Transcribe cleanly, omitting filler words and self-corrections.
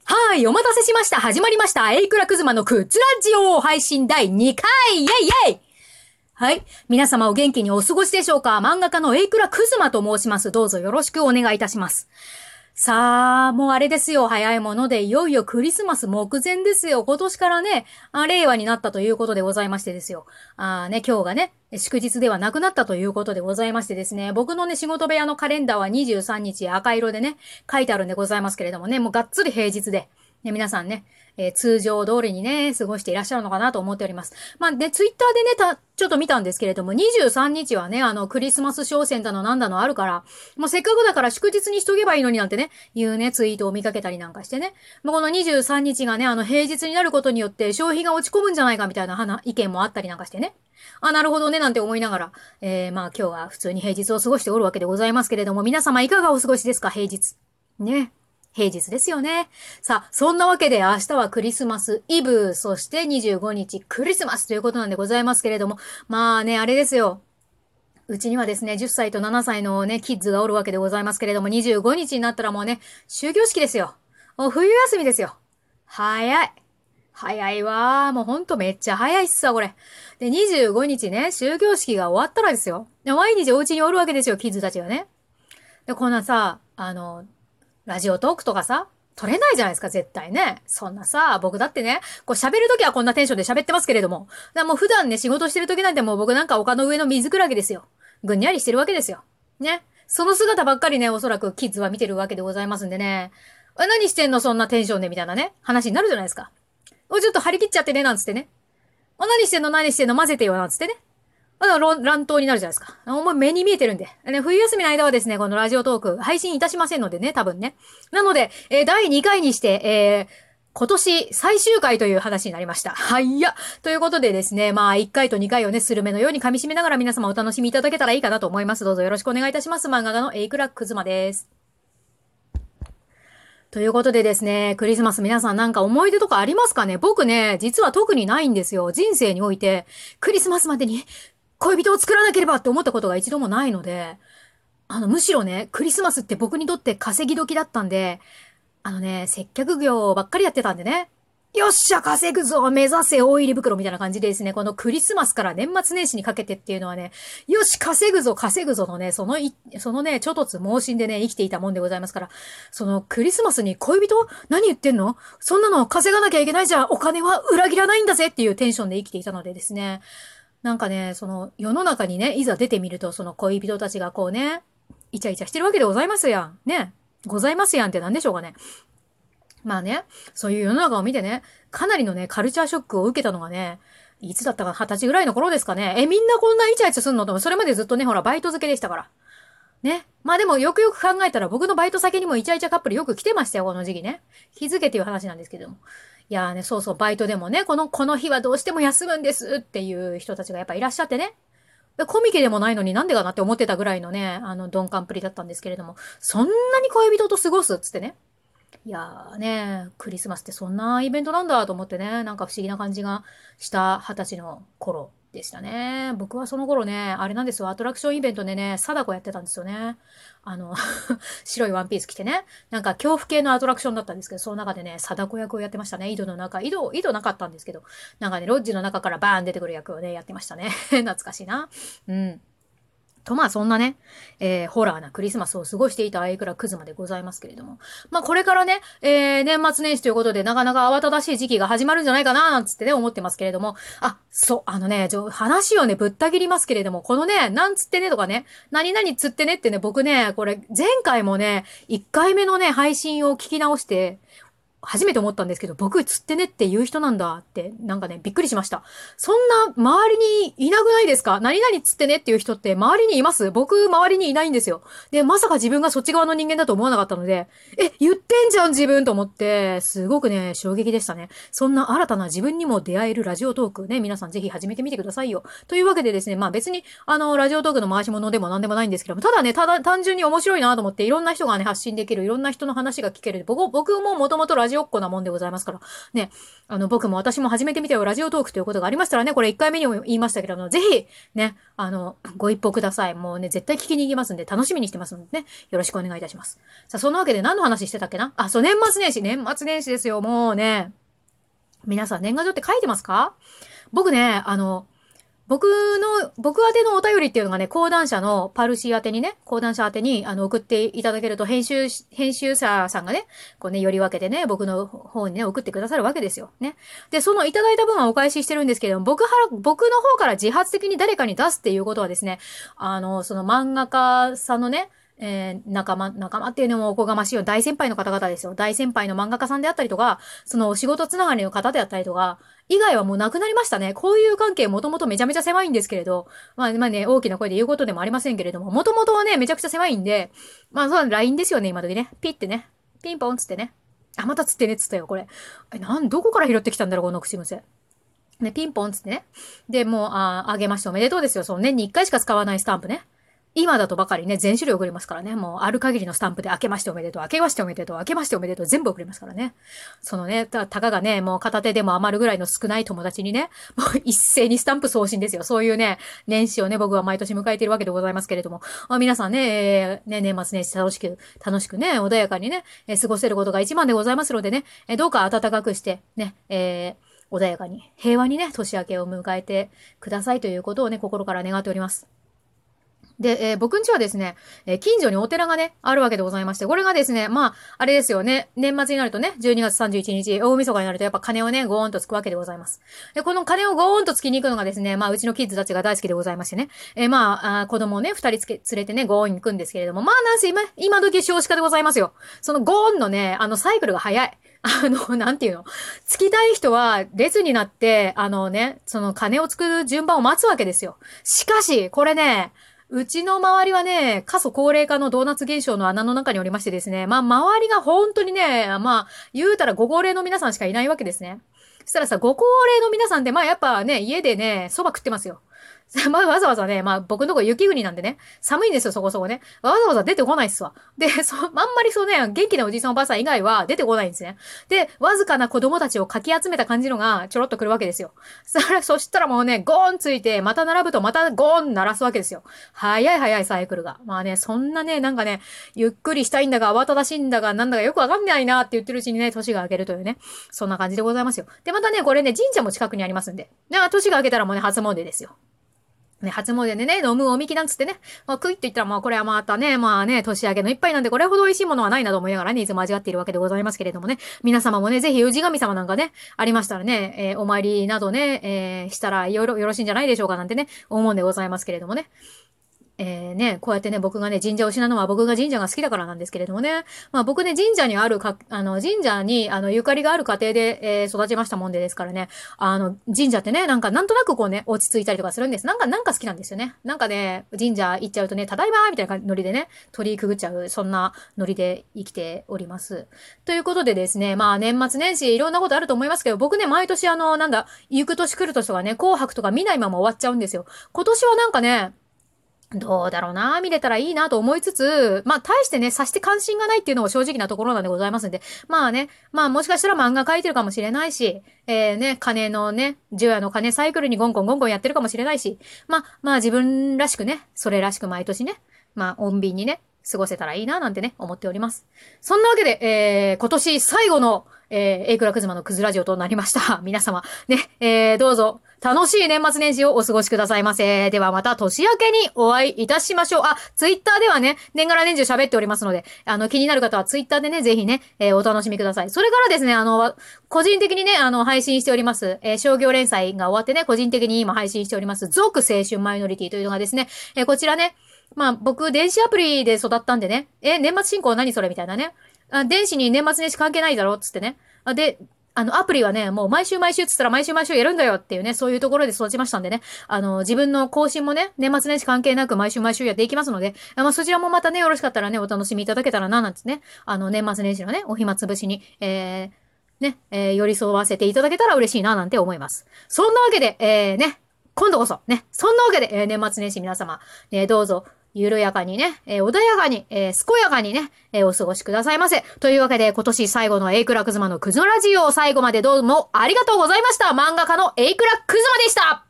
はい、お待たせしました。始まりました。エイクラクズマのクッズラジオ配信第2回イェイイェイ。はい。皆様お元気にお過ごしでしょうか？漫画家のエイクラクズマと申します。どうぞよろしくお願いいたします。さあ、もうあれですよ。早いものでいよいよクリスマス目前ですよ。今年からね、令和になったということでございましてですよ。今日がね、祝日ではなくなったということでございましてですね。僕のね、仕事部屋のカレンダーは23日赤色でね、書いてあるんでございますけれどもね、もうがっつり平日で。ね、皆さんね、通常通りにね、過ごしていらっしゃるのかなと思っております。まあね、ツイッターでね、ちょっと見たんですけれども、23日はね、クリスマス商戦だのなんだのあるから、もうせっかくだから祝日にしとけばいいのになんてね、いうね、ツイートを見かけたりなんかしてね。もうこの23日がね、平日になることによって消費が落ち込むんじゃないかみたいな意見もあったりなんかしてね。なるほどね、なんて思いながら、まあ今日は普通に平日を過ごしておるわけでございますけれども、皆様いかがお過ごしですか、平日。ね。平日ですよね。さあ、そんなわけで明日はクリスマスイブ、そして25日クリスマスということなんでございますけれども、まあね、あれですよ。うちにはですね、10歳と7歳のね、キッズがおるわけでございますけれども、25日になったらもうね、終業式ですよ。もう冬休みですよ。早い。早いわー。もうほんとめっちゃ早いっすわ、これ。で、25日ね、終業式が終わったらですよ。で毎日お家におるわけですよ、キッズたちがね。で、こんなさ、ラジオトークとかさ、撮れないじゃないですか、絶対ね。そんなさ、僕だってね、こう喋るときはこんなテンションで喋ってますけれども。だからもう普段ね、仕事してるときなんてもう僕なんか丘の上の水くらげですよ。ぐんにゃりしてるわけですよ。ね。その姿ばっかりね、おそらくキッズは見てるわけでございますんでね。何してんのそんなテンションでみたいなね、話になるじゃないですか。ちょっと張り切っちゃってね、なんつってね。何してんの混ぜてよ、なんつってね。乱闘になるじゃないですか。もう目に見えてるんで。ね、冬休みの間はですね、このラジオトーク配信いたしませんのでね、多分ね。なので、第2回にして、今年最終回という話になりました。はいや。ということでですね、まあ1回と2回をね、スルメのように噛み締めながら皆様お楽しみいただけたらいいかなと思います。どうぞよろしくお願いいたします。漫画家のエイクラックズマです。ということでですね、クリスマス皆さんなんか思い出とかありますかね？僕ね、実は特にないんですよ。人生において、クリスマスまでに恋人を作らなければって思ったことが一度もないので、むしろね、クリスマスって僕にとって稼ぎ時だったんで、接客業ばっかりやってたんでね。よっしゃ、稼ぐぞ目指せ大入り袋みたいな感じでですね、このクリスマスから年末年始にかけてっていうのはね、よし、稼ぐぞのね、そのね、ちょとつ盲信でね、生きていたもんでございますから、そのクリスマスに恋人何言ってんの？そんなの稼がなきゃいけないじゃん、お金は裏切らないんだぜっていうテンションで生きていたのでですね、なんかね、その世の中にね、いざ出てみると、その恋人たちがこうね、イチャイチャしてるわけでございますやん。ね。ございますやんって何でしょうかね。まあね、そういう世の中を見てね、かなりのね、カルチャーショックを受けたのがね、いつだったか20歳ぐらいの頃ですかね。みんなこんなイチャイチャすんのと、それまでずっとね、ほら、バイト付けでしたから。ね。まあでもよくよく考えたら僕のバイト先にもイチャイチャカップルよく来てましたよ、この時期ね。気づけっていう話なんですけども。いやーね、そうそう、バイトでもね、この日はどうしても休むんですっていう人たちがやっぱいらっしゃってね。コミケでもないのになんでかなって思ってたぐらいのね、鈍感っぷりだったんですけれども、そんなに恋人と過ごすっつってね。いやーね、クリスマスってそんなイベントなんだと思ってね、なんか不思議な感じがした20歳の頃でしたね。僕はその頃ね、あれなんですよ、アトラクションイベントでね、貞子やってたんですよね。白いワンピース着てね、なんか恐怖系のアトラクションだったんですけど、その中でね、貞子役をやってましたね。井戸の中、井戸なかったんですけど、なんかね、ロッジの中からバーン出てくる役をね、やってましたね。懐かしいな。うん。と、まあそんなね、ホラーなクリスマスを過ごしていたアイクラクズマでございますけれども。まあこれからね、年末年始ということでなかなか慌ただしい時期が始まるんじゃないかな、なんつってね、思ってますけれども。そう、話をね、ぶった切りますけれども、このね、なんつってねとかね、何々つってねってね、僕ね、これ、前回もね、1回目のね、配信を聞き直して、初めて思ったんですけど、僕、釣ってねって言う人なんだって、なんかね、びっくりしました。そんな、周りにいなくないですか？何々釣ってねっていう人って周りにいます？僕、周りにいないんですよ。で、まさか自分がそっち側の人間だと思わなかったので、言ってんじゃん自分と思って、すごくね、衝撃でしたね。そんな新たな自分にも出会えるラジオトークね、皆さんぜひ始めてみてくださいよ。というわけでですね、まあ別に、ラジオトークの回し物でも何でもないんですけども、ただね、単純に面白いなと思って、いろんな人がね、発信できる、いろんな人の話が聞ける。僕ももともとラジジオっ子なもんでございますから。ね、僕も私も初めて見たよ、ラジオトークということがありましたらね、これ1回目にも言いましたけども、ぜひ、ね、ご一報ください。もうね、絶対聞きに行きますんで、楽しみにしてますのでね、よろしくお願いいたします。さあ、そのわけで何の話してたっけなあ、そう、年末年始ですよ、もうね。皆さん年賀状って書いてますか？僕ね、僕宛てのお便りっていうのがね、講談社のパルシー宛てにね、講談社宛てに、送っていただけると、編集者さんがね、こうね、より分けてね、僕の方にね、送ってくださるわけですよ。ね。で、そのいただいた分はお返ししてるんですけども、僕の方から自発的に誰かに出すっていうことはですね、その漫画家さんのね、仲間っていうのもおこがましいよ。大先輩の方々ですよ。大先輩の漫画家さんであったりとか、そのお仕事つながりの方であったりとか、以外はもうなくなりましたね。こういう関係もともとめちゃめちゃ狭いんですけれど、まあね、大きな声で言うことでもありませんけれども、もともとはね、めちゃくちゃ狭いんで、まあそう、LINE ですよね、今時ね。ピッてね。ピンポンつってね。あ、またつってねっつったよ、これ。どこから拾ってきたんだろう、この口癖。ね、ピンポンつってね。で、もう、あげましておめでとうですよ。その年に1回しか使わないスタンプね。今だとばかりね、全種類送りますからね。もう、ある限りのスタンプで、明けましておめでとう、明けましておめでとう、明けましておめでとう、全部送りますからね。そのね、たかがね、もう片手でも余るぐらいの少ない友達にね、もう一斉にスタンプ送信ですよ。そういうね、年始をね、僕は毎年迎えているわけでございますけれども。皆さんね、年末年始楽しくね、穏やかにね、過ごせることが一番でございますのでね、どうか暖かくして、ね、穏やかに、平和にね、年明けを迎えてくださいということをね、心から願っております。で、僕ん家はですね、近所にお寺がね、あるわけでございまして、これがですね、まあ、あれですよね、年末になるとね、12月31日、大晦日になるとやっぱ鐘をね、ゴーンとつくわけでございます。で、この鐘をゴーンとつきに行くのがですね、まあ、うちのキッズたちが大好きでございましてね、まあ、子供をね、二人連れてね、ゴーンに行くんですけれども、まあ、なんせ今時少子化でございますよ。そのゴーンのね、サイクルが早い。なんていうの？つきたい人は列になって、その鐘を作る順番を待つわけですよ。しかし、これね、うちの周りはね、過疎高齢化のドーナツ現象の穴の中におりましてですね、まあ周りが本当にね、まあ言うたらご高齢の皆さんしかいないわけですね。そしたらさ、ご高齢の皆さんってまあやっぱね、家でね、蕎麦食ってますよ。まあ、わざわざね、まあ僕のとこ雪国なんでね、寒いんですよ、そこそこね。わざわざ出てこないっすわ。で、あんまりそうね、元気なおじいさんおばあさん以外は出てこないんですね。で、わずかな子供たちをかき集めた感じのがちょろっと来るわけですよ。そしたらもうね、ゴーンついて、また並ぶとまたゴーン鳴らすわけですよ。早いサイクルが。まあね、そんなね、なんかね、ゆっくりしたいんだが、慌ただしいんだが、なんだかよくわかんないなって言ってるうちにね、年が明けるというね、そんな感じでございますよ。で、またね、これね、神社も近くにありますんで。年が明けたらもうね、初詣ですよ。ね、初詣でね、飲むおみきなんつってね、まあ、クイッと言ったらもうこれはまたね、まあね、年明けの一杯なんでこれほど美味しいものはないなと思いながらね、いつも味わっているわけでございますけれどもね、皆様もね、ぜひ氏神様なんかね、ありましたらね、お参りなどね、したらよろしいんじゃないでしょうかなんてね、思うんでございますけれどもね。ね、こうやってね、僕がね、神社を失うのは僕が神社が好きだからなんですけれどもね。まあ僕ね、神社に神社に、ゆかりがある家庭で、育ちましたもんでですからね、神社ってね、なんとなくこうね、落ち着いたりとかするんです。なんか好きなんですよね。なんかね、神社行っちゃうとね、ただいまーみたいなノリでね、鳥居くぐっちゃう、そんなノリで生きております。ということでですね、まあ年末年始いろんなことあると思いますけど、僕ね、毎年行く年来る年とかね、紅白とか見ないまま終わっちゃうんですよ。今年はなんかね、どうだろうな、見れたらいいなと思いつつ、まあ、大してね、さして関心がないっていうのが正直なところなんでございますんで、まあね、まあもしかしたら漫画描いてるかもしれないし、金のね、除夜の金サイクルにゴンゴンやってるかもしれないし、まあ自分らしくね、それらしく毎年ね、まあ穏便にね、過ごせたらいいななんてね、思っております。そんなわけで、今年最後の、エクラクズマのクズラジオとなりました。皆様、ね、どうぞ、楽しい年末年始をお過ごしくださいませ。ではまた年明けにお会いいたしましょう。ツイッターではね、年がら年中喋っておりますので、気になる方はツイッターでね、ぜひね、お楽しみください。それからですね、個人的にね、配信しております、商業連載が終わってね、個人的に今配信しております、続青春マイノリティというのがですね、こちらね、まあ僕、電子アプリで育ったんでね、年末進行何それみたいなね。電子に年末年始関係ないだろつってね。で、アプリはね、もう毎週つったら毎週やるんだよっていうね、そういうところで育ちましたんでね。自分の更新もね、年末年始関係なく毎週やっていきますので、まあそちらもまたね、よろしかったらね、お楽しみいただけたらな、なんてね。年末年始のね、お暇つぶしに、寄り添わせていただけたら嬉しいな、なんて思います。そんなわけで、今度こそ、ね、そんなわけで、年末年始皆様、どうぞ、 緩やかにね、穏やかに、健やかにね、お過ごしくださいませ。というわけで、今年最後のエイクラクズマのクズマラジオを最後までどうもありがとうございました。漫画家のエイクラクズマでした。